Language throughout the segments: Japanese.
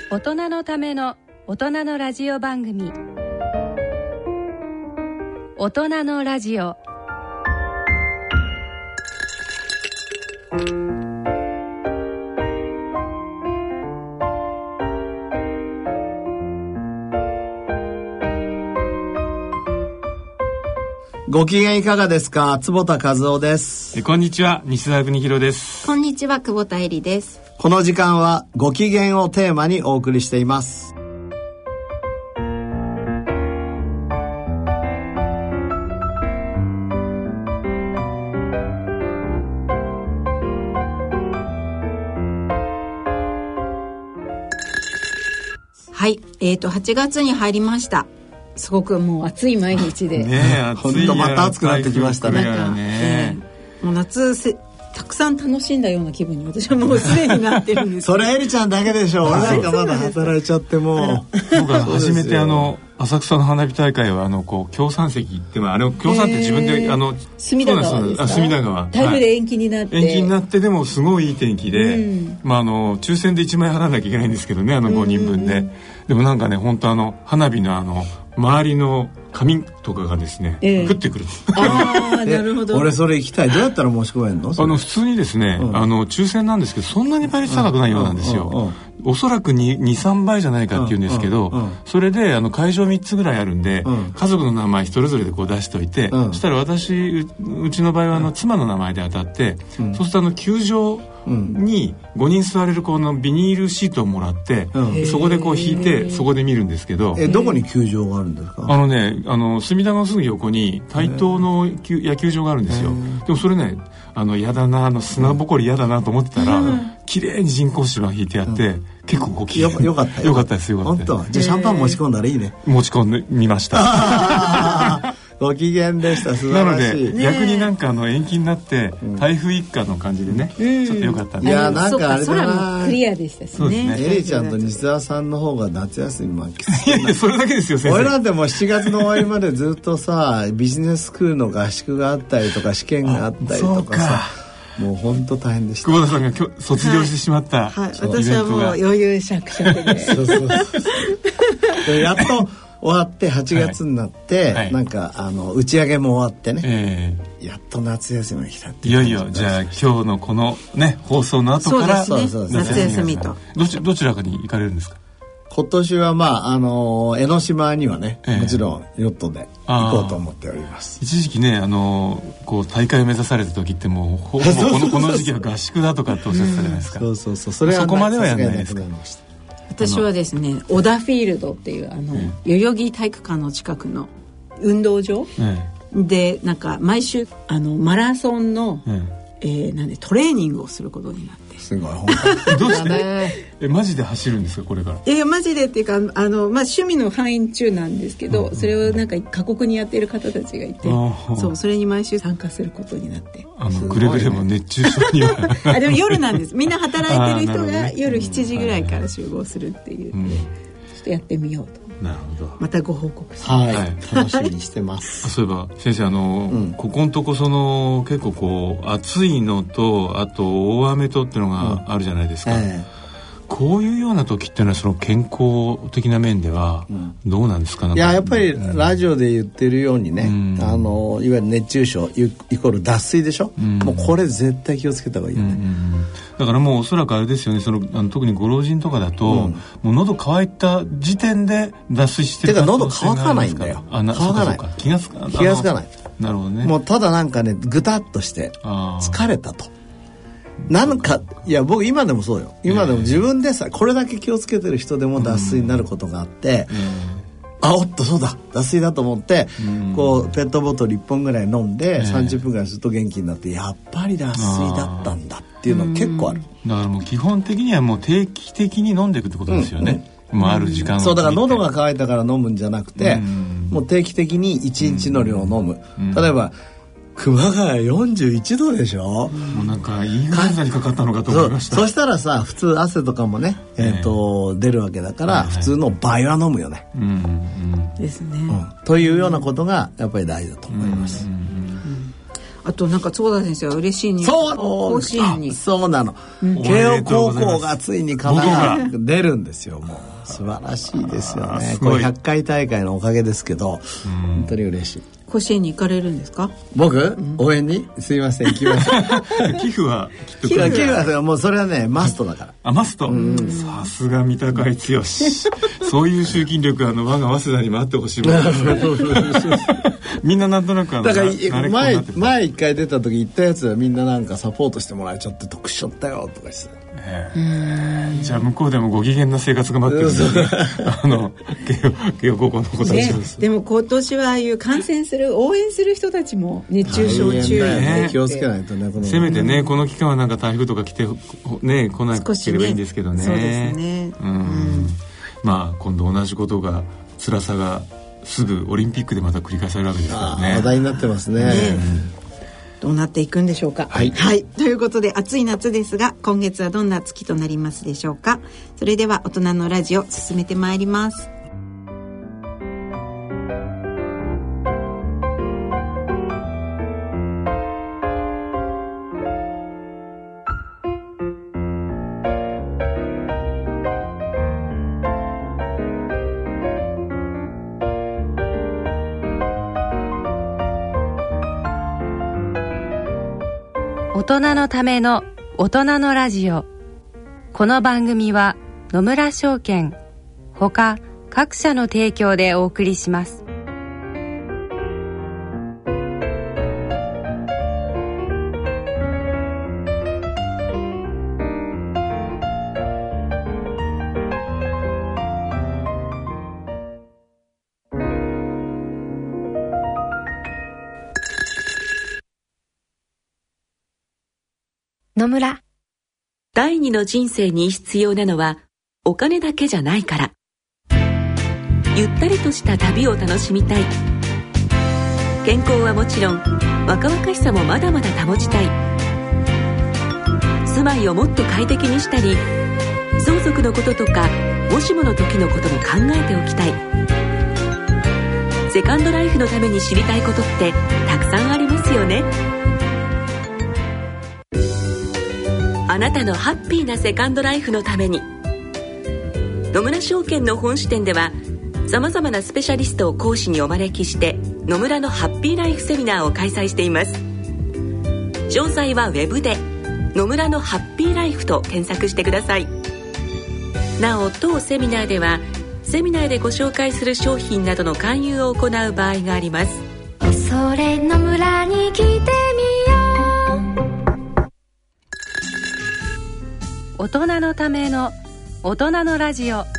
大人のための大人のラジオ番組、大人のラジオ。 ご機嫌いかがですか。坪田和夫です。 こんにちは、西澤邦弘です。 こんにちは、久保田恵里です。 この時間はご機嫌をテーマにお送りしています。 はい、8月に入りました。すごくもう暑い毎日でね、本当また暑くなってきましたね。 もう夏たくさん楽しんだような気分に私はもうすでになってるんですそれエリちゃんだけでしょ。俺なんかまだ働いちゃっても僕は初めて浅草の花火大会は京山石行っても京山って自分で隅田川ですか。 隅田川台風で延期になって、 延期になってでもすごいいい天気で、抽選で1枚払わなきゃいけないんですけどね、5人分で、でもなんかね本当花火の周りの紙とかがですね、降ってくる。 ああ、なるほど。 俺それ行きたい。どうやったら申し込めんの？ 普通にですね、抽選なんですけど、そんなに倍率高くないようなんですよ。おそらく 2,3 倍じゃないかっていうんですけど、それで会場3つぐらいあるんで、家族の名前それぞれで出しといて、そしたらうちの場合は妻の名前で当たって、そうすると球場に5人座れるビニールシートをもらって、そこで引いてそこで見るんですけど。 どこに球場があるんですか？ 隅田川のすぐ横に台東の野球場があるんですよ。でもそれね、やだな、砂ぼこりやだなと思ってたら、綺麗に人工芝引いてあって、結構よかったよかったです。 本当。じゃあシャンパン持ち込んだらいいね。 持ち込んでみましたご機嫌でした。素晴らしい。 なので逆になんか延期になって台風一過の感じでね、ちょっとよかったんで。 いや、なんかあれだな、 空もクリアでしたしね。 エリちゃんと西澤さんの方が夏休み満喫。 いやそれだけですよ先生。 俺なんてもう7月の終わりまでずっとさ、ビジネススクールの合宿があったりとか試験があったりとかさ、もう本当大変でした。 久保田さんが今日卒業してしまった、 私はもう余裕しゃくしゃくででやっと終わって8月になって、なんか打ち上げも終わってね、やっと夏休みが来たって。 いよいよじゃあ今日のこのね放送の後から夏休みとどちらかに行かれるんですか？ 今年は江ノ島にはね、もちろんヨットで行こうと思っております。 一時期ね大会を目指された時ってもうほぼこの時期は合宿だとかっておっしゃってたじゃないですか。 それはそこまではやらないですか？ 私はですね、小田フィールドっていう代々木体育館の近くの運動場、でなんか毎週マラソンの、トレーニングをすることになって。 すごいどうしてマジで走るんですかこれから？ いやマジでっていうか趣味の範囲中なんですけど、それをなんか過酷にやっている方たちがいて、それに毎週参加することになって、 くれぐれも熱中症にはでも夜なんです。みんな働いてる人が夜7時ぐらいから集合するっていうので、ちょっとやってみようと。 なるほど。 またご報告します。 楽しみにしてます。 そういえば先生ここのとこ結構暑いのとあと大雨とっていうのがあるじゃないですか。こういうような時っていうのはその健康的な面ではどうなんですか？ いや、やっぱりラジオで言ってるようにね、いわゆる熱中症イコール脱水でしょ。もうこれ絶対気をつけた方がいいよね。 だからもうおそらくあれですよね、特にご老人とかだと、もう喉乾いた時点で脱水してる。 てか喉乾かないんだよ。 乾かない。気がつかない。なるほどね。 もうただなんかね、ぐたっとして疲れたと。なんかいや僕今でもそうよ。今でも自分でさ、これだけ気をつけてる人でも脱水になることがあって、おっとそうだ脱水だと思って、ペットボトル1本ぐらい飲んで、30分ぐらいすると元気になって、やっぱり脱水だったんだっていうの結構ある。 だからもう基本的にはもう定期的に飲んでいくってことですよね。ある時間をそうだから喉が渇いたから飲むんじゃなくて、もう定期的に1日の量を飲む。例えば熊谷41度でしょ。 もうなんかインフルエンザにかかったのかと思いました。 そしたらさ、普通汗とかもね、出るわけだから、普通の倍は飲むよね。 ですね。 というようなことがやっぱり大事だと思います。 あとなんか坪田先生は嬉しいニュース、甲子園にそうなの、慶応高校がついに必ず出るんですよ。もう素晴らしいですよね。これ100回大会のおかげですけど、本当に嬉しい。 甲子園に行かれるんですか？ 僕、応援にすいません、行きません。 寄付はきっと寄付はもうそれはねマストだから。 あ、マスト。さすが三鷹一剛。そういう集金力我が早稲田にもあってほしいもん。みんななんとなくだから前一回出た時行ったやつはみんななんかサポートしてもらえちゃって得しちゃったよとかして。 じゃあ向こうでもご機嫌な生活が待ってるんですね。慶応高校の子たちです。 でも今年はああいう観戦する応援する人たちも熱中症注意ね、気をつけないとね。 せめてねこの期間はなんか台風とか来てね来なければいいんですけどね。 そうですね。 まあ今度同じことが辛さがすぐオリンピックでまた繰り返されるわけですからね。 話題になってますね。 どうなっていくんでしょうか。はい、ということで暑い夏ですが今月はどんな月となりますでしょうか。それでは大人のラジオ進めてまいります。 大人のための大人のラジオ。この番組は野村証券ほか各社の提供でお送りします。 野村。第二の人生に必要なのはお金だけじゃないから。ゆったりとした旅を楽しみたい。健康はもちろん若々しさもまだまだ保ちたい。住まいをもっと快適にしたり相続のこととかもしもの時のことも考えておきたい。セカンドライフのために知りたいことってたくさんありますよね。あなたのハッピーなセカンドライフのために野村証券の本支店ではさまざまなスペシャリストを講師にお招きして野村のハッピーライフセミナーを開催しています。詳細はウェブで野村のハッピーライフと検索してください。なお当セミナーではセミナーでご紹介する商品などの勧誘を行う場合があります。 それ野村に来てみよう。 大人のための大人のラジオ。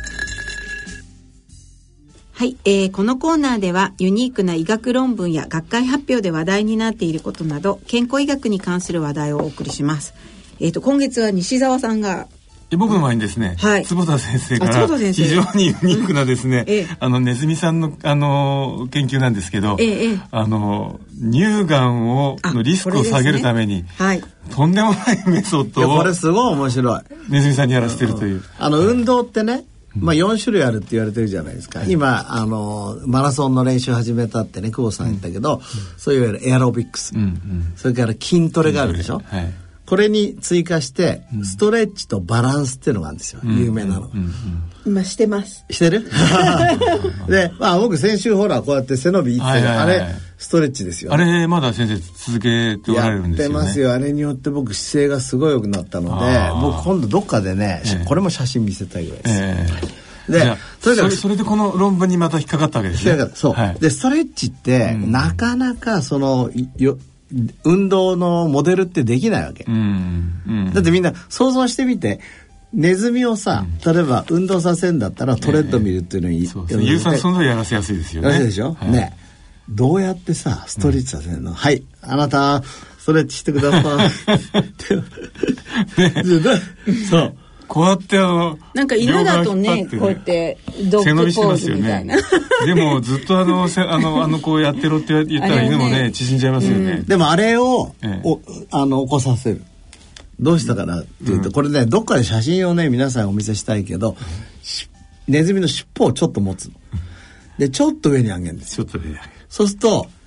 はい、このコーナーではユニークな医学論文や学会発表で話題になっていることなど健康医学に関する話題をお送りします。今月は西澤さんが僕の前にですね、坪田先生から非常にユニークなですね、ネズミさんの研究なんですけど、乳がんのリスクを下げるために、とんでもないメソッドをこれすごい面白いネズミさんにやらせてるという、 運動ってね、4種類あるって言われてるじゃないですか。今マラソンの練習始めたってね久保さん言ったけど、そういうエアロビクス、それから筋トレがあるでしょ。これに追加してストレッチとバランスっていうのがあるんですよ、有名なの。 今してます。 してるで、僕先週ほらこうやって背伸び言ってる、あれストレッチですよ、 あれまだ先生続けておられるんですよね。 やってますよ。あれによって僕姿勢がすごい良くなったので、僕今度どっかでね、これも写真見せたいぐらいです、 でそれでこの論文にまた引っかかったわけですね。 そう、でストレッチって、なかなか運動のモデルってできないわけ、だってみんな想像してみて、ネズミをさ、例えば運動させるんだったらトレッドミルっていうのに、 有酸素運動やらせやすいですよね。 やらせでしょ、ね。どうやってさストレッチさせるの、はいあなたストレッチしてくださいそうこうやってなんか犬だとねこうやってドッグポーズみたいな、 でもずっとこうやってろって言ったら犬もね縮んじゃいますよね。 でもあれを起こさせる。どうしたかなっていうと、これねどっかで写真をね皆さんお見せしたいけど、ネズミの尻尾をちょっと持つのでちょっと上に上げるんですよ。そうすると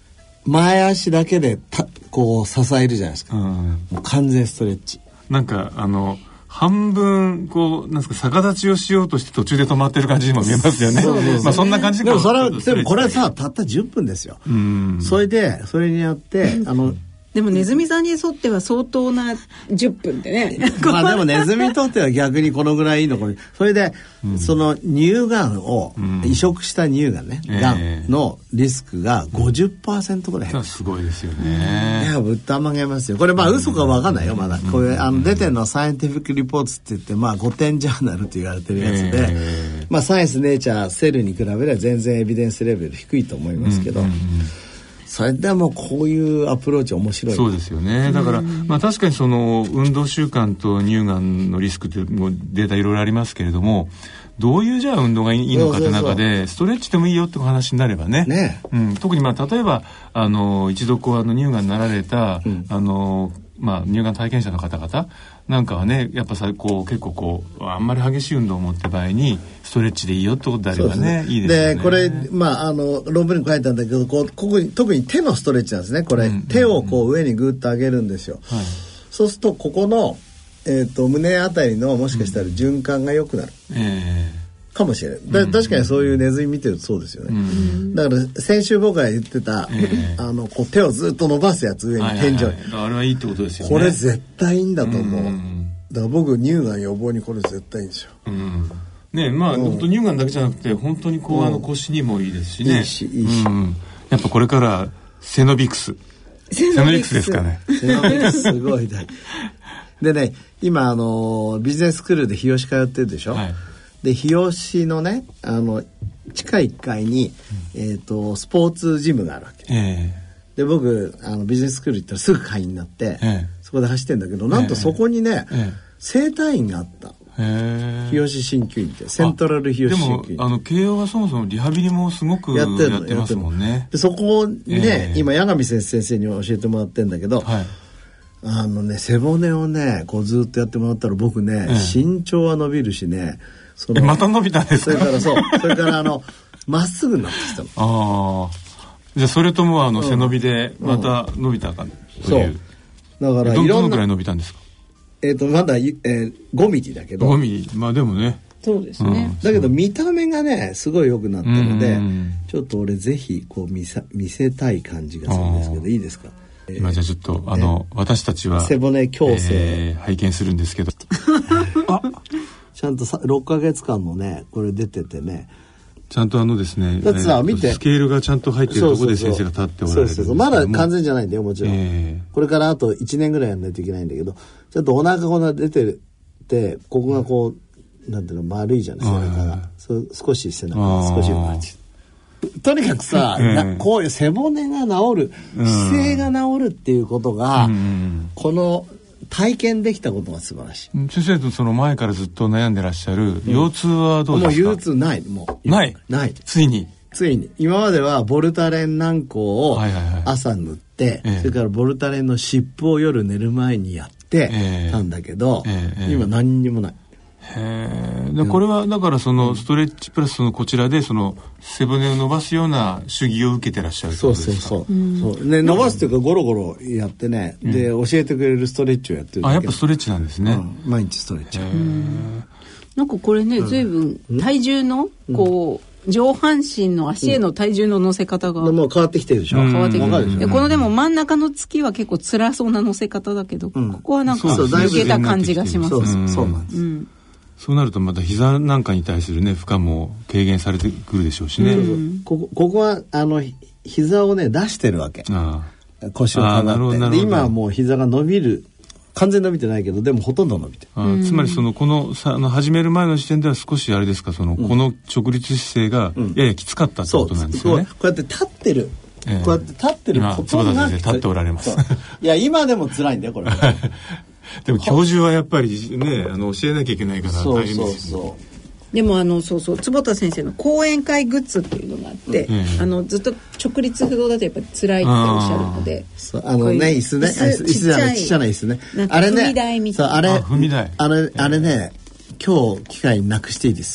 前足だけでこう支えるじゃないですか、もう完全ストレッチ。 なんか半分こうなんですか逆立ちをしようとして途中で止まってる感じにも見えますよね。まあそんな感じでもでもこれさたった10分ですよ。それによってでもネズミさんにとっては相当な10分でね。 まあでもネズミにとっては逆にこのぐらいいいのかも。それで、その乳がんを、移植した乳がんね、がんのリスクが 50% ぐらい減る。 すごいですよね。 いや、ぶったまげますよ。これまあ嘘かわかんないよ、まだ。これ出てるのはサイエンティフィックリポーツって言って、まあ5点ジャーナルと言われてるやつで、まあサイエンス、ネイチャー、セルに比べれば全然エビデンスレベル低いと思いますけど、それでもこういうアプローチ面白い。 そうですよね。だから、まあ確かにその運動習慣と乳がんのリスクってもデータいろいろありますけれども、どういうじゃあ運動がいいのかって中でストレッチでもいいよって話になればね、特にまあ例えば一度こう乳がんになられた、まあ乳がん体験者の方々なんかはね、やっぱさこう結構こうあんまり激しい運動を持って場合にストレッチでいいよってことであればね、いいですよね。 でこれまあ論文に書いたんだけど、ここに特に手のストレッチなんですね。これ、手をこう上にグッと上げるんですよ。そうするとここの胸あたりのもしかしたら循環が良くなる。かもしれない。確かにそういうネズミ見てるとそうですよね。だから先週僕が言ってた、こう手をずっと伸ばすやつ上に天井に、 あれはいいってことですよね。 これ絶対いいんだと思う。だから僕乳がん予防にこれ絶対いいんですよ。 ね、まあ本当乳がんだけじゃなくて本当にこう腰にもいいですしね。いいし。やっぱこれからセノビクスですかね。 セノビクスすごいね。でね、今ビジネススクールで日吉通ってるでしょ。で日吉のね地下1階に、スポーツジムがあるわけ、で僕ビジネススクール行ったらすぐ会員になって、そこで走ってんだけど、なんとそこにね、整体院があった。日吉鍼灸院ってセントラル日吉鍼灸院。 でも慶応はそもそもリハビリもすごくやってますもんね。 でそこね、今八神先生に教えてもらってんだけど、背骨をねこうずっとやってもらったら僕ね、身長は伸びるしね、 また伸びたんですか。 それからまっすぐになってきたの。 じゃあそれとも背伸びでまた伸びたかという。 だからどのくらい伸びたんですか。 まだ5ミリだけど。 5ミリ、まあでもね。 そうですね。 だけど見た目がねすごい良くなったので、ちょっと俺ぜひこう見せたい感じがするんですけど、いいですか。 今じゃあちょっと私たちは背骨矯正、 拝見するんですけど。 ちゃんと6ヶ月間のねこれ出ててね、 ちゃんとですね、 だってさ見てスケールがちゃんと入ってるところで先生が立っておられるんですけども、 まだ完全じゃないんだよもちろん、これからあと1年ぐらいやらないといけないんだけど、ちょっとお腹こんな出ててここがこうなんていうの丸いじゃないですか、少し背中少し丸い。とにかくさ、こういう背骨が治る、姿勢が治るっていうことが、この体験できたことが素晴らしい。 先生とその前からずっと悩んでらっしゃる腰痛はどうですか。 もう腰痛ない、もうないついに今まではボルタレン軟膏を朝塗って、それからボルタレンの湿布を夜寝る前にやってたんだけど、今何にもない。 でこれはだからそのストレッチプラスこちらでその背骨を伸ばすような手技を受けてらっしゃるってことですか。 そうね、伸ばすというかゴロゴロやってね、で教えてくれるストレッチをやってるだけ。 やっぱストレッチなんですね、 毎日ストレッチ。 なんかこれね、随分体重のこう上半身の足への体重の乗せ方が、 もう変わってきてるでしょ。 変わってきてるで、このでも真ん中の月は結構辛そうな乗せ方だけど、ここはなんか抜けた感じがします。 そうなんです。 そうなるとまた膝なんかに対するね負荷も軽減されてくるでしょうしね。 ここは膝をね出してるわけ。腰をかがって。で今はもう膝が伸びる。完全に伸びてないけどでもほとんど伸びてる。つまりこの始める前の時点では少しあれですか、この直立姿勢がややきつかってことなんですよね。 こうやって立ってる。こうやって立ってることが立っておられます。 いや今でも辛いんだよこれ。 でも教授はやっぱりね教えなきゃいけないから大変ですよ。 でも坪田先生の講演会グッズっていうのがあって、ずっと直立不動だとやっぱり辛いっておっしゃるので、 椅子ね、ちっちゃな椅子ね、あれね、 踏み台みたいな。 あれね今日機会になくしていいです。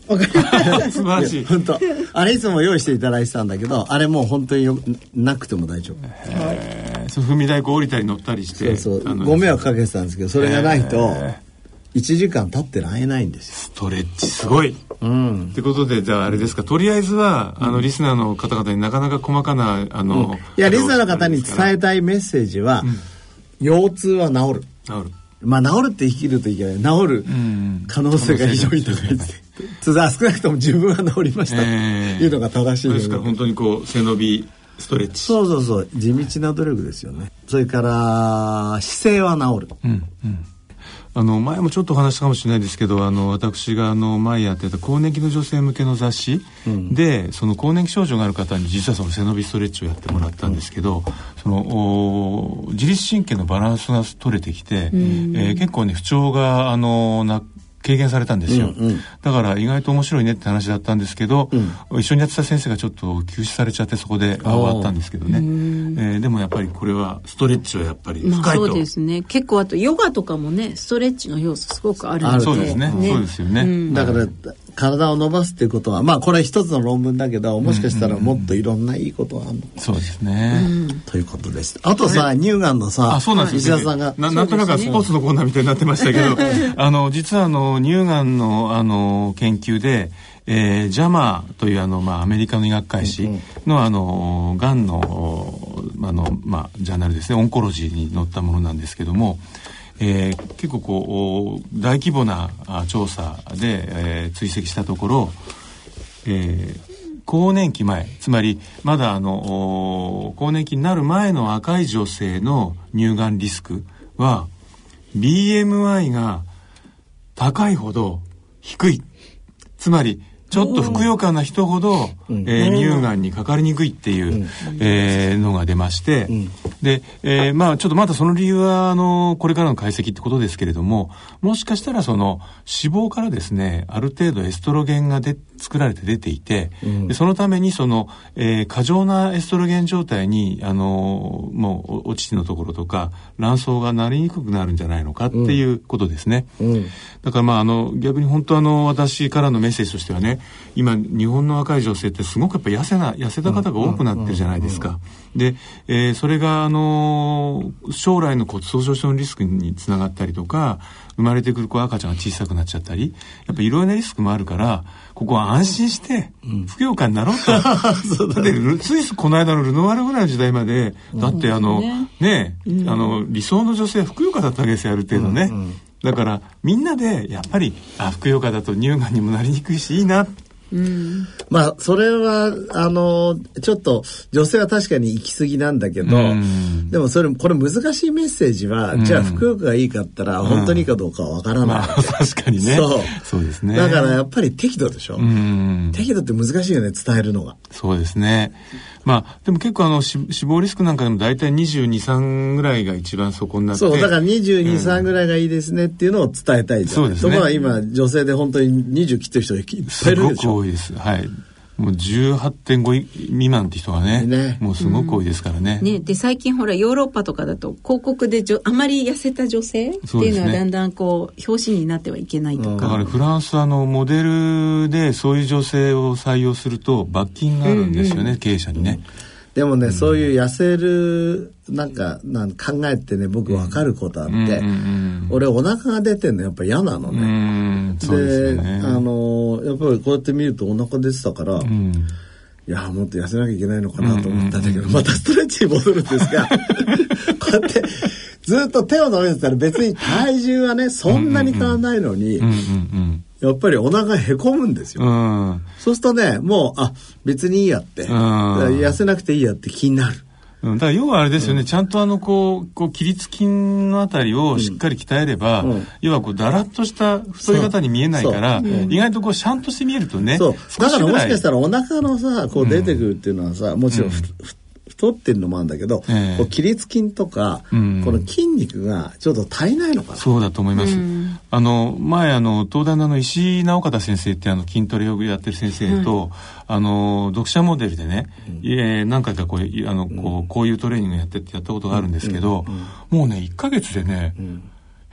わかりました。 素晴らしい。 本当あれいつも用意していただいてたんだけど、あれもう本当になくても大丈夫。 踏み台降りたり乗ったりして、 ご迷惑かけてたんですけど、それがないと1時間経ってられないんですよ。 ストレッチすごい。ってことで、じゃああれですか、とりあえずはリスナーの方々になかなか細かないやリスナーの方に伝えたいメッセージは、腰痛は治る。まあ治るって生きるといけない。治る可能性が非常に高いです。少なくとも自分は治りましたというのが正しいですから、本当にこう背伸びストレッチ。 そう地道な努力ですよね。それから姿勢は治る。 前もちょっとお話したかもしれないですけど、私が前やってた更年期の女性向けの雑誌で、その更年期症状がある方に実はその背伸びストレッチをやってもらったんですけど、その自律神経のバランスが取れてきて、結構ね不調が軽減されたんですよ、だから意外と面白いねって話だったんですけど、一緒にやってた先生がちょっと休止されちゃって、そこで終わったんですけどね。でもやっぱりこれはストレッチはやっぱり深いと、 そうですね。結構あとヨガとかもね、ストレッチの要素すごくあるので。 そうですね。そうですよね。 だから体を伸ばすっていうことは、まあこれは一つの論文だけど、もしかしたらもっといろんないいことがあるのかもしれない。 そうですね。 ということです。あとさ、乳がんのさ、石田さんがなんとなくスポーツのコーナーみたいになってましたけど、実は乳がんの研究で、JAMA というアメリカの医学会誌のがんのジャーナルですね、オンコロジーに載ったものなんですけども、結構こう大規模な調査で、追跡したところ、更年期前、つまりまだ更年期になる前の若い女性の乳がんリスクは BMI が高いほど低い、つまりちょっとふくよかな人ほど、乳がんにかかりにくいっていう、のが出まして、で、ちょっとまだその理由はこれからの解析ってことですけれども、もしかしたらその脂肪からですね、ある程度エストロゲンが作られて出ていて、でそのためにその、過剰なエストロゲン状態にもうお乳のところとか卵巣がなりにくくなるんじゃないのかっていうことですね。だから逆に本当私からのメッセージとしてはね、今日本の若い女性ってすごくやっぱ痩せた方が多くなってるじゃないですか。で、それが将来の骨粗しょう症のリスクにつながったりとか、生まれてくる赤ちゃんが小さくなっちゃったり、やっぱいろいろなリスクもあるから、ここは安心してふくよかになろうと。だってついこの間のルノワールぐらいの時代まで、だって理想の女性はふくよかだったわけですよ、ある程度ね。だからみんなでやっぱりふくよかだと乳がんにもなりにくいしいいな。 それはちょっと女性は確かに行き過ぎなんだけど、でもこれ難しいメッセージは、じゃあふくよかがいいかったら本当にいいかどうかはわからない。 確かにね。そうですね。 だからやっぱり適度でしょ。適度って難しいよね、伝えるのが。 そうですね。でも結構死亡リスクなんかでも大体22、3ぐらいが一番そこになって。 そう、だから22、3ぐらいがいいですねっていうのを伝えたいじゃん。そうですね。ところが今女性で本当に20切ってる人がいっぱいいるでしょ。 すごく多いです。はい。もう 18.5 未満って人がね、もうすごく多いですからね。 で最近ほらヨーロッパとかだと広告であまり痩せた女性っていうのはだんだんこう表紙になってはいけないとか。 だからフランスはモデルでそういう女性を採用すると罰金があるんですよね、経営者にね。 でもね、そういう痩せるなんか考えってね、僕分かることあって、俺お腹が出てんのやっぱ嫌なのね。 そうですよね。 やっぱりこうやって見るとお腹出てたから、いやもっと痩せなきゃいけないのかなと思ったんだけど、またストレッチに戻るんですがこうやってずっと手を伸ばしてたら別に体重はねそんなに変わらないのに、やっぱりお腹へこむんですよ。そうするとね、もう別にいいやって、痩せなくていいやって気になる。 だから要はあれですよね、ちゃんとこう起立筋のあたりをしっかり鍛えれば、要はだらっとした太い方に見えないから、意外とシャンとして見えるとね。 そうだからもしかしたらお腹のさこう出てくるっていうのはさ、もちろん太ってるのもあるんだけど、こう起立筋とか、この筋肉がちょっと足りないのかな。 そうだと思います。前東大の石井直方先生って筋トレをやってる先生と、読者モデルでね、何回かこういうトレーニングやったことがあるんですけど、もうね1ヶ月でね、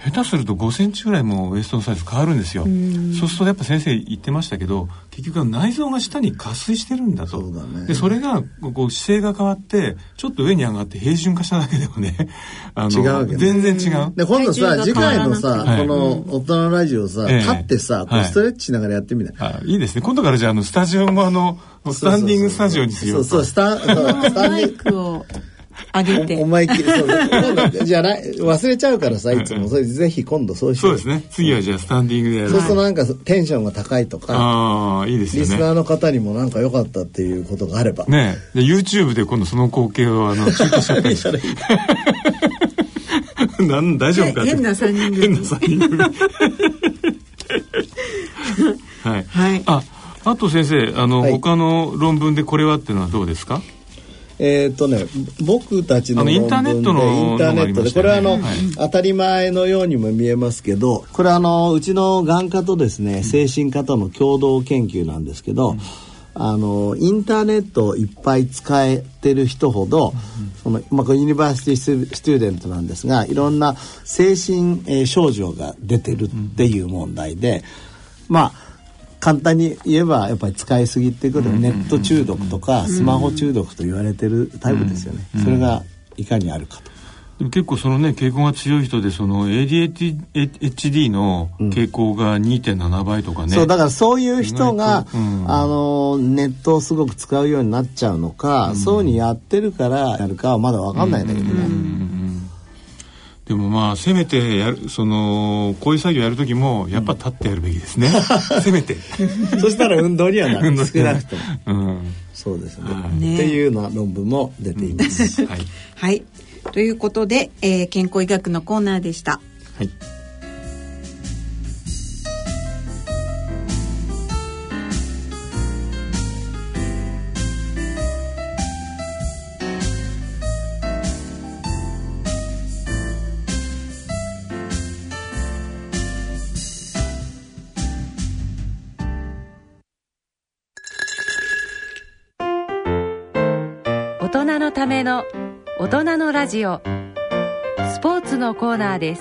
下手すると5センチぐらいもウエストのサイズ変わるんですよ。そうするとやっぱ先生言ってましたけど、結局は内臓が下に下垂してるんだと。 そうだね。 でそれがこう姿勢が変わってちょっと上に上がって平準化しただけでもね、 違うわけね。 全然違う。 で今度さ、次回のさ、この大人のラジオさ、立ってさ、こうストレッチしながらやってみない。 いいですね。今度からじゃあスタジオもスタンディングスタジオにしよう。 そうスタンディングを上げてお前きりそうじゃあ忘れちゃうからさ、いつもそれぜひ今度そうしよう。 そうですね。次はじゃあスタンディングでやる。 そうするとなんかテンションが高いとか、 いいですよね。 リスナーの方にもなんか良かったっていうことがあればね。で YouTube で今度その光景を中継しちゃったりして大丈夫かって。 変な3人組。 変な3人組。はい。はい。あと先生他の論文でこれはっていうのはどうですか？ 僕たちの論文でインターネットでこれは当たり前のようにも見えますけど、これはうちの眼科とですね、精神科との共同研究なんですけど、インターネットをいっぱい使えてる人ほど、これユニバーシティスチューデントなんですが、いろんな精神症状が出てるっていう問題で、簡単に言えばやっぱり使いすぎっていうことで、ネット中毒とかスマホ中毒と言われてるタイプですよね。それがいかにあるかと。 でも結構そのね傾向が強い人でその ADHD の傾向が 2.7 倍とかね。 そうだからそういう人が、ネットをすごく使うようになっちゃうのか、そうにやってるからやるかはまだ分かんないんだけどね。 でもせめてこういう作業やるときもやっぱ立ってやるべきですね。せめて。 そしたら運動にはなる。少なくとも。そうですね。っていうような論文も出ています。 はい。はい。ということで、健康医学のコーナーでした。 はい。 大人のための大人のラジオ、スポーツのコーナーです。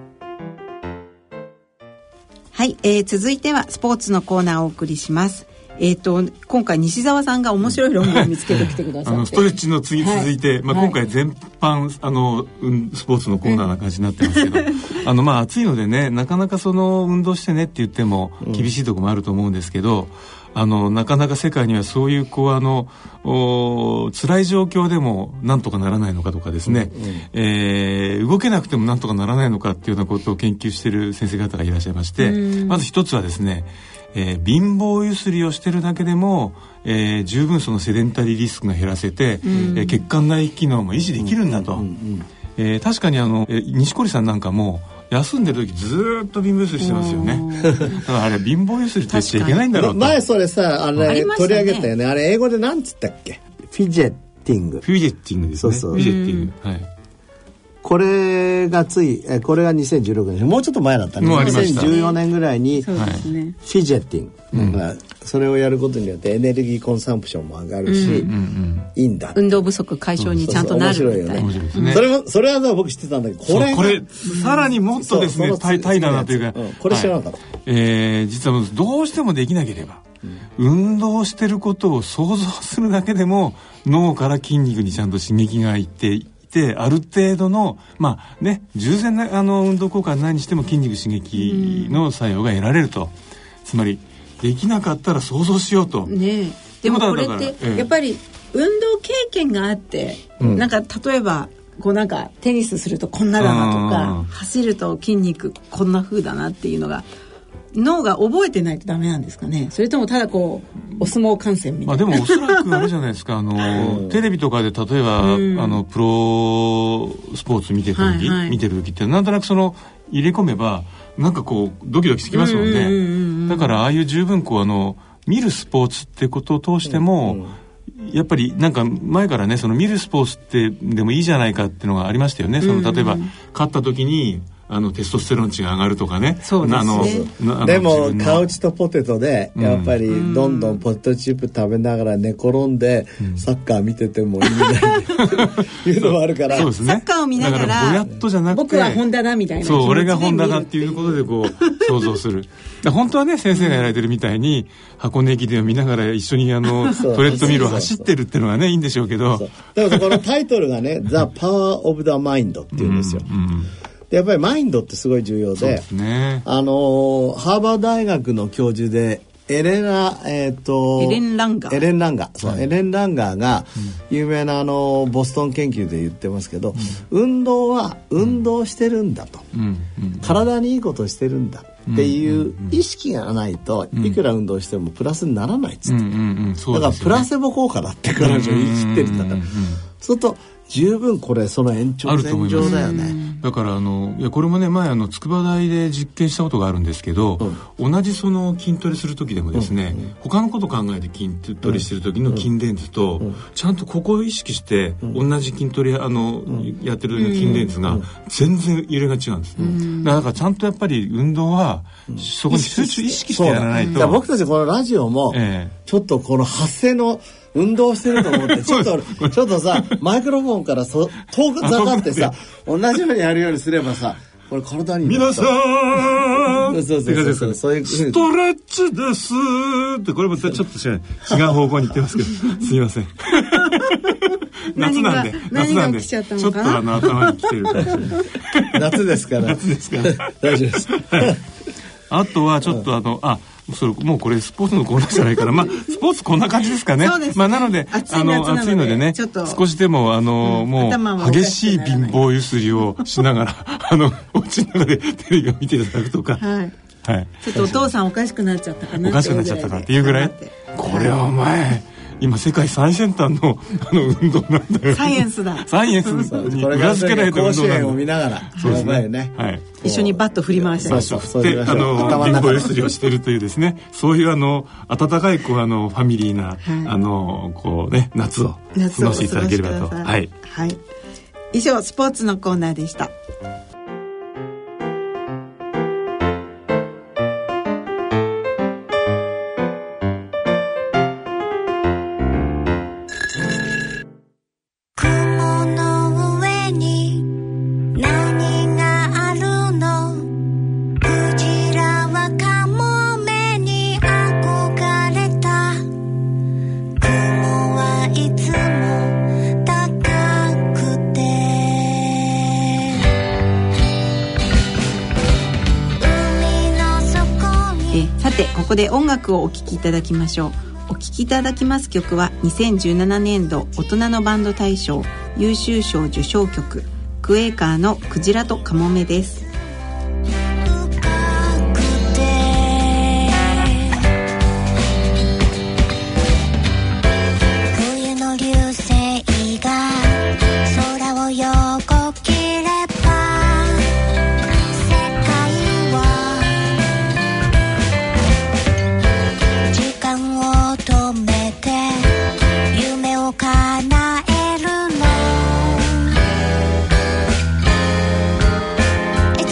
はい、続いてはスポーツのコーナーをお送りします。今回西澤さんが面白い論文を見つけてきてくださってストレッチの次続いて、今回全般スポーツのコーナーな感じになってますけど暑いのでね、なかなか運動してねって言っても厳しいところもあると思うんですけど、なかなか世界にはそういう辛い状況でもなんとかならないのかとかですね、動けなくてもなんとかならないのかっていうようなことを研究している先生方がいらっしゃいまして、まず一つはですね、貧乏ゆすりをしてるだけでも、十分そのセデンタリーリスクが減らせて、血管内機能も維持できるんだと。確かに錦織さんなんかも休んでる時ずーっと貧乏ゆすりしてますよね。だからあれ貧乏ゆすりって言っちゃいけないんだろうと。 前それさ取り上げたよね。あれ英語でなんつったっけ？フィジェッティング。 フィジェッティングですね。 そうフィジェッティング。はい。 これがこれが2016年、もうちょっと前だったね。 もうありました。 2014年ぐらいにそうですね、 フィジェッティング、それをやることによってエネルギーコンサンプションも上がるし、いいんだ。 運動不足解消にちゃんとなるみたいな。 面白いよね。それは僕知ってたんだけど、これさらにもっとですね、怠惰なというか、 これ知らなかった。 実はどうしてもできなければ、運動してることを想像するだけでも脳から筋肉にちゃんと刺激がいってある程度の従前な運動効果ないにしても筋肉刺激の作用が得られると。つまりできなかったら想像しようと。 でもこれってやっぱり運動経験があって、なんか例えばなんかテニスするとこんなだなとか、走ると筋肉こんな風だなっていうのが脳が覚えてないとダメなんですかね。それともただお相撲観戦みたいな。 でもおそらくあれじゃないですか。テレビとかで例えば、プロスポーツ見てる時ってなんとなく入れ込めばなんかドキドキしてきますもんね。だからああいう十分見るスポーツってことを通しても、やっぱりなんか前からね見るスポーツってでもいいじゃないかっていうのがありましたよね。例えば勝った時にテストステロン値が上がるとかね。 そうですね。でもカウチとポテトでやっぱりどんどんポテトチップ食べながら寝転んでサッカー見ててもいいみたいないうのもあるから。 そうですね。 サッカーを見ながらぼやっとじゃなくて僕はホンダだみたいな。 そう、俺がホンダだっていうことでこう想像する。本当はね、先生がやられてるみたいに箱根駅伝を見ながら一緒にトレッドミルを走ってるっていうのがねいいんでしょうけど。 でもこのタイトルがねThe Power of the Mind っていうんですよ。でやっぱりマインドってすごい重要で、 そうですね、 ハーバード大学の教授でエレン・ランガーが有名なボストン研究で言ってますけど、運動は運動してるんだと、体にいいことをしてるんだっていう意識がないといくら運動してもプラスにならないっつって、だからプラセボ効果だって彼女言い切ってるんだから、そうすると十分これその延長線上だよね。 だからいやこれもね前筑波大で実験したことがあるんですけど、同じその筋トレする時でもですね、他のこと考えて筋トレしてる時の筋電図と、ちゃんとここを意識して同じ筋トレやってる時の筋電図が全然揺れが違うんですね。だからちゃんとやっぱり運動はそこに集中意識してやらないと。 僕たちこのラジオもちょっとこの発声の運動してると思ってちょっとさマイクロフォンから遠くざかってさ同じようにやるようにすればさこれ体に皆さんそういうストレッチですってこれもちょっと違う方向に行ってますけどすいません夏なんでちょっと頭に来てるかもしれない夏ですから大丈夫ですあとはちょっともうこれスポーツのコーナーじゃないからスポーツこんな感じですかね。なので暑いのでね少しでももう激しい貧乏ゆすりをしながらお家の中でテレビを見ていただくとか、はい、 ちょっとお父さんおかしくなっちゃったかなっていうぐらいこれはお前今世界最先端の運動なんだよ。 サイエンスだ。 サイエンスに裏付けられた運動なんだ。 甲子園を見ながらやばいね。 一緒にバット振り回したりで貧乏ゆすりをしているというですね、そういう温かいファミリーなこうね夏を過ごしていただければと。はい。 以上スポーツのコーナーでした。ここで音楽をお聴きいただきましょう。お聴きいただきます曲は2017年度大人のバンド大賞優秀賞受賞曲クエーカーのクジラとカモメです。 冬の流星が空を横切れば止めて夢を叶えるの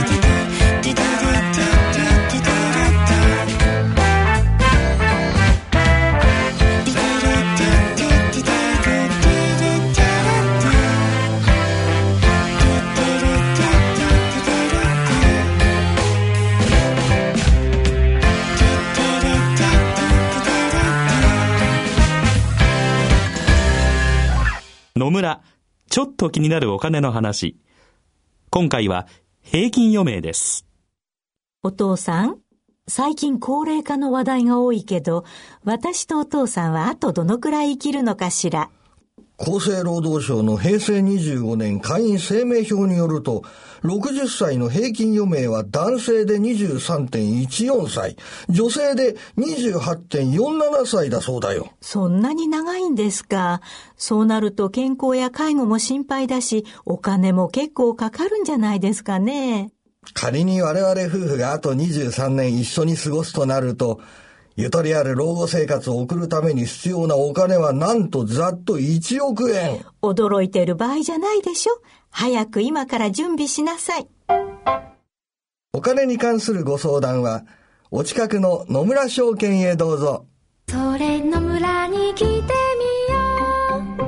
野村、ちょっと気になるお金の話。今回は平均余命です。 お父さん、最近高齢化の話題が多いけど、私とお父さんはあとどのくらい生きるのかしら。 厚生労働省の平成25年会員生命表によると、60歳の平均余命は男性で 23.14 歳、女性で 28.47 歳だそうだよ。 そんなに長いんですか。そうなると健康や介護も心配だし、お金も結構かかるんじゃないですかね。 仮に我々夫婦があと23年一緒に過ごすとなると、ゆとりある老後生活を送るために必要なお金はなんとざっと1億円。 驚いてる場合じゃないでしょ。早く今から準備しなさい。 お金に関するご相談はお近くの野村証券へどうぞ。 それ野村に来てみよう。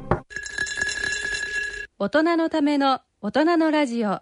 大人のための大人のラジオ。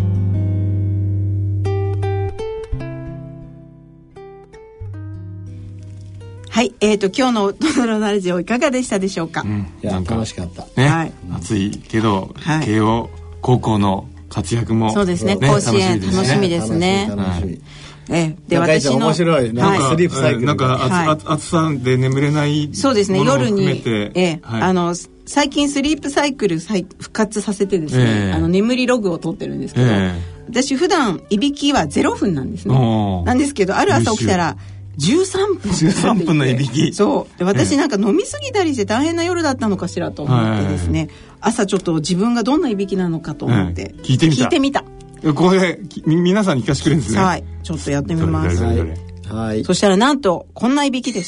はい、今日の大人のラジオいかがでしたでしょうか。 いや楽しかったね、 はい、 暑いけど、慶応高校の活躍もそうですね、甲子園楽しみですね。 で私の面白いなんかスリープサイクルなんか暑さで眠れないそうですね、夜にはい、 最近スリープサイクル復活させてですね、眠りログを取ってるんですけど、私普段いびきは0分なんですね。なんですけどある朝起きたら13分のいびき。 そうで、私なんか飲みすぎたりして大変な夜だったのかしらと思ってですね、朝ちょっと自分がどんないびきなのかと思って聞いてみた。 これ皆さんに聞かせてくれるんですね。 はい、ちょっとやってみます。 はい、 そしたらなんとこんないびきでした。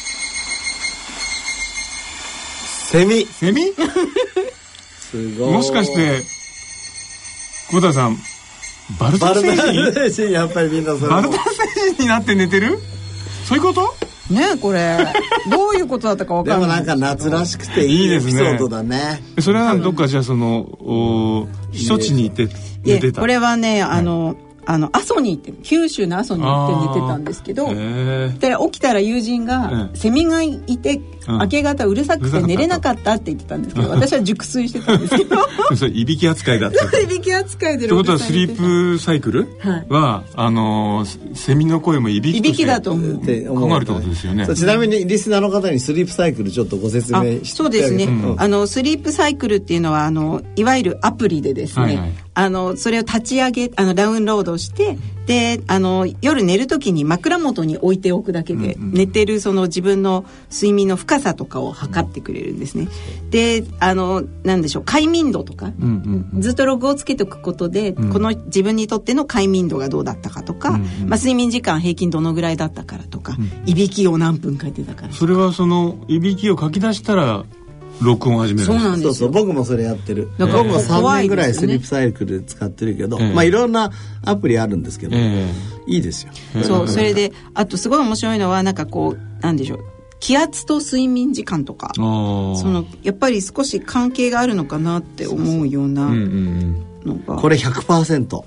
セミすごい。もしかして小田さんバルタ星人やっぱりみんなそれバルタ星人になって寝てる？そういうことねえ、これどういうことだったか分かんない。 でもなんか夏らしくていいエピソードだね。 それはどっかじゃあその避暑地に行って寝てた。 これはね阿蘇に行って九州の阿蘇に行って寝てたんですけど、で起きたら友人が、セミがいて明け方うるさくて寝れなかったって言ってたんですけど、私は熟睡してたんですけどそれいびき扱いだった。 いびき扱いで。 ってことはスリープサイクルは、セミの声もいびきだと思う考えるってことですよね。 ちなみにリスナーの方にスリープサイクルちょっとご説明して。 そうですね、スリープサイクルっていうのはいわゆるアプリでですね、それを立ち上げダウンロードして、で夜寝る時に枕元に置いておくだけで、寝てるその自分の睡眠の深さとかを測ってくれるんですね。でなんでしょう、快眠度とか、ずっとログをつけておくことで、この自分にとっての快眠度がどうだったかとか、睡眠時間平均どのぐらいだったからとか、いびきを何分かいてたから。 それはそのいびきを書き出したら録音を始める。 そうなんですよ。 僕もそれやってる。僕も3年ぐらいスリープサイクル使ってるけど、いろんなアプリあるんですけど、いいですよ。 それであとすごい面白いのはなんかこうなんでしょう、気圧と睡眠時間とか、やっぱり少し関係があるのかなって思うようなのが、 これ 100%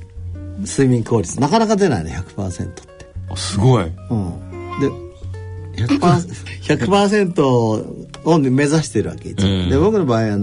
睡眠効率なかなか出ないね。 100% ってすごい。 で 100% を目指してるわけで僕の場合は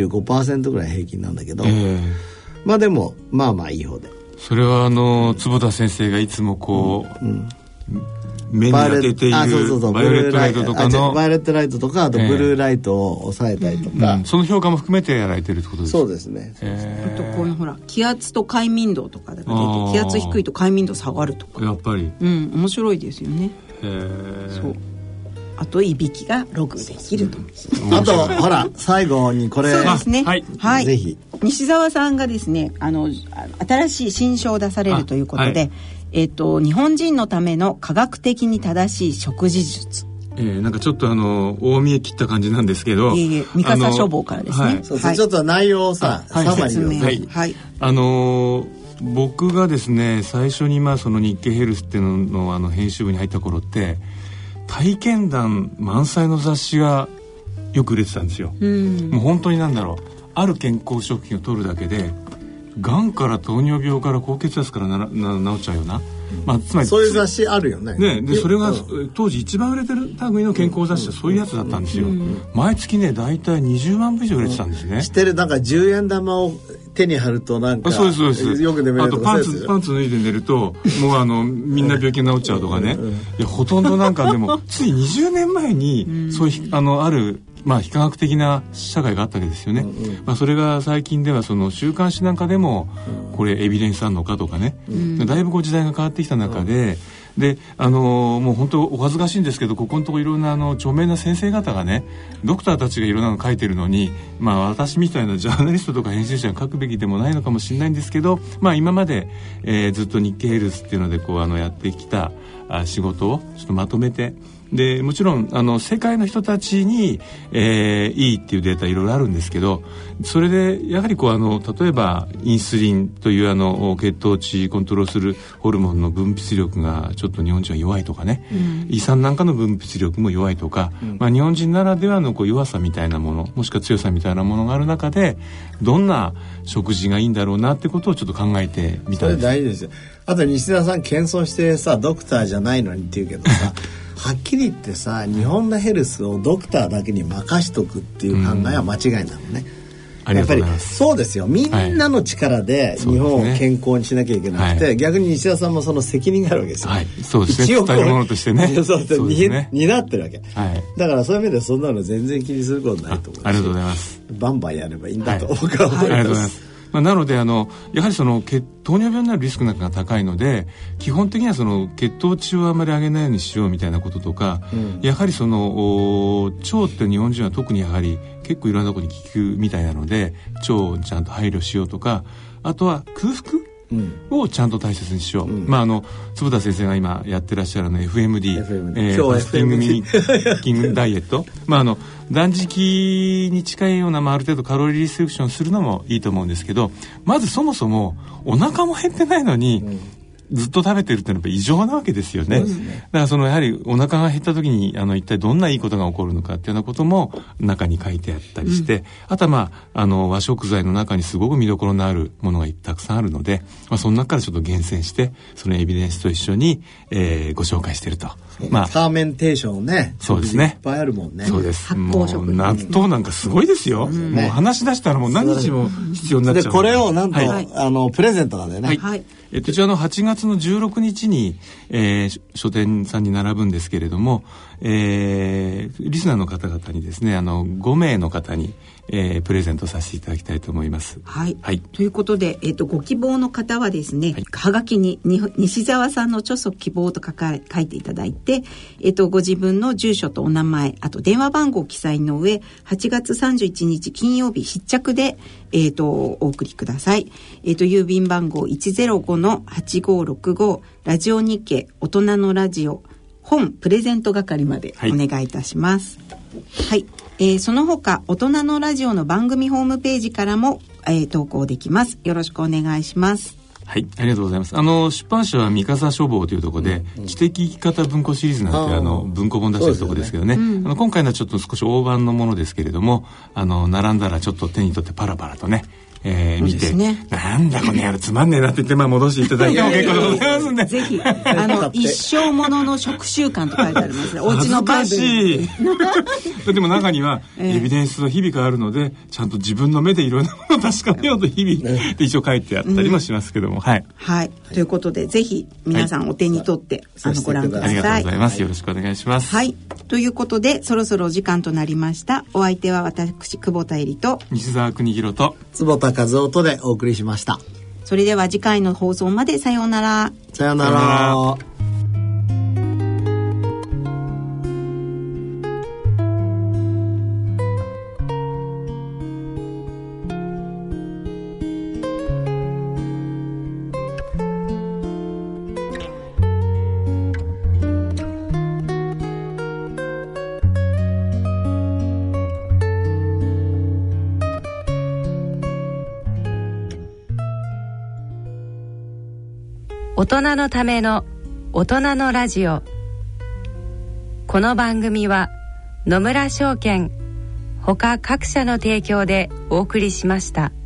75% ぐらい平均なんだけど、まあでもまあまあいい方で。 それは坪田先生がいつもこう、目に当てているバイオレットライトとかのバイオレットライトとかあとブルーライトを抑えたりとか、 その評価も含めてやられてるってことですか？ そうですね。 あとこういうほら気圧と快眠度とかだから気圧低いと快眠度下がるとか、 やっぱり面白いですよね。そうあといびきがログできると。 あとほら最後にこれそうですね、はい、 ぜひ西澤さんがですね新しい新書を出されるということで、日本人のための科学的に正しい食事術、 なんかちょっと大見え切った感じなんですけど、 三笠書房からですね、 そうちょっと内容をさ、サマリーを、 僕がですね最初にその日経ヘルスっていうの編集部に入った頃って体験談満載の雑誌がよく売れてたんですよ。もう本当にある健康食品を取るだけでがんから糖尿病から高血圧から治っちゃうような、つまりそういう雑誌あるよね。 でそれが当時一番売れてる類の健康雑誌はそういうやつだったんですよ。毎月ね大体20万部以上売れてたんですね。 知ってるなんか10円玉を手に貼るとなんかそうですよく眠れるとか、 あとパンツ脱いで寝るともうみんな病気に治っちゃうとかね。いやほとんどでもつい20年前にそういうある非科学的な社会があったわけですよね。それが最近ではその週刊誌なんかでもこれエビデンスあるのかとかね、だいぶ時代が変わってきた中で、もう本当お恥ずかしいんですけどここのところいろんな著名な先生方がねドクターたちがいろんなの書いてるのに、私みたいなジャーナリストとか編集者が書くべきでもないのかもしれないんですけど、今まで、ずっと日経ヘルスっていうのでやってきた仕事をちょっとまとめて、でもちろん世界の人たちに、いいっていうデータいろいろあるんですけど、それでやはり例えばインスリンという血糖値コントロールするホルモンの分泌力がちょっと日本人は弱いとかね、胃酸なんかの分泌力も弱いとか、日本人ならではの弱さみたいなものもしくは強さみたいなものがある中でどんな食事がいいんだろうなってことをちょっと考えてみたんです。 それ大事ですよ。あと西田さん謙遜してさドクターじゃないのにって言うけどさはっきり言ってさ日本のヘルスをドクターだけに任しとくっていう考えは間違いなのね。やっぱりそうですよ。みんなの力で日本を健康にしなきゃいけなくて、逆に西田さんもその責任があるわけですよ。 そうですね。伝えるものとしてね。 担ってるわけ。だからそういう意味でそんなの全然気にすることないと思うし。 ありがとうございます。 バンバンやればいいんだと僕は思います。 ありがとうございます。なのでやはり糖尿病になるリスクなんかが高いので基本的には血糖値をあまり上げないようにしようみたいなこととか、やはり腸って日本人は特にやはり結構いろんなことに効くみたいなので腸をちゃんと配慮しようとか、あとは空腹をちゃんと大切にしよう。坪田先生が今やってらっしゃるFMD、ファスティングミーキングダイエット断食に近いような、ある程度カロリーリストリクションするのもいいと思うんですけど、まずそもそもお腹も減ってないのに、ずっと食べてるっていうのは異常なわけですよね。だからやはりお腹が減った時に一体どんないいことが起こるのかっていうようなことも中に書いてあったりして、あとは和食材の中にすごく見どころのあるものがたくさんあるので、その中からちょっと厳選してそのエビデンスと一緒に、ご紹介していると。 ファーメンテーションね。 そうですね。 いっぱいあるもんね。 そうです。もう納豆なんかすごいですよ。もう話し出したらもう何日も必要になっちゃう。 でこれをなんと、プレゼントなんだよね。 一応8月の16日に、書店さんに並ぶんですけれども、リスナーの方々にですね5名の方に、プレゼントさせていただきたいと思います。 ということで、ご希望の方はですね、はがきに西澤さんの著書希望と書いていただいて、ご自分の住所とお名前、あと電話番号記載の上8月31日金曜日必着で、お送りください。郵便番号 105-8565 ラジオ日経大人のラジオ本プレゼント係までお願いいたします。その他大人のラジオの番組ホームページからも、投稿できます。よろしくお願いします。 ありがとうございます。出版社は三笠書房というところで、知的生き方文庫シリーズなんて文庫本出してるところですけどね、今回のはちょっと少し大判のものですけれども、並んだらちょっと手に取ってパラパラとね、 見て、ね、なんだこの野郎つまんねえなって言って戻していただいても結構でございますんでぜひ一生ものの食習慣と書いてありますね。お家のバイブル。恥ずかしいでも中にはエビデンスの日々があるのでちゃんと自分の目でいろんなものを確かめようと日々で一応書いてあったりもしますけども、はい、はい、 ということでぜひ皆さんお手に取って、ご覧ください。 ありがとうございます。よろしくお願いします。 はい、ということでそろそろお時間となりました。お相手は私久保田恵里と西澤邦弘と坪田和夫とでお送りしました。 それでは次回の放送までさようなら。 さようなら。 大人のための大人のラジオ。この番組は野村証券ほか各社の提供でお送りしました。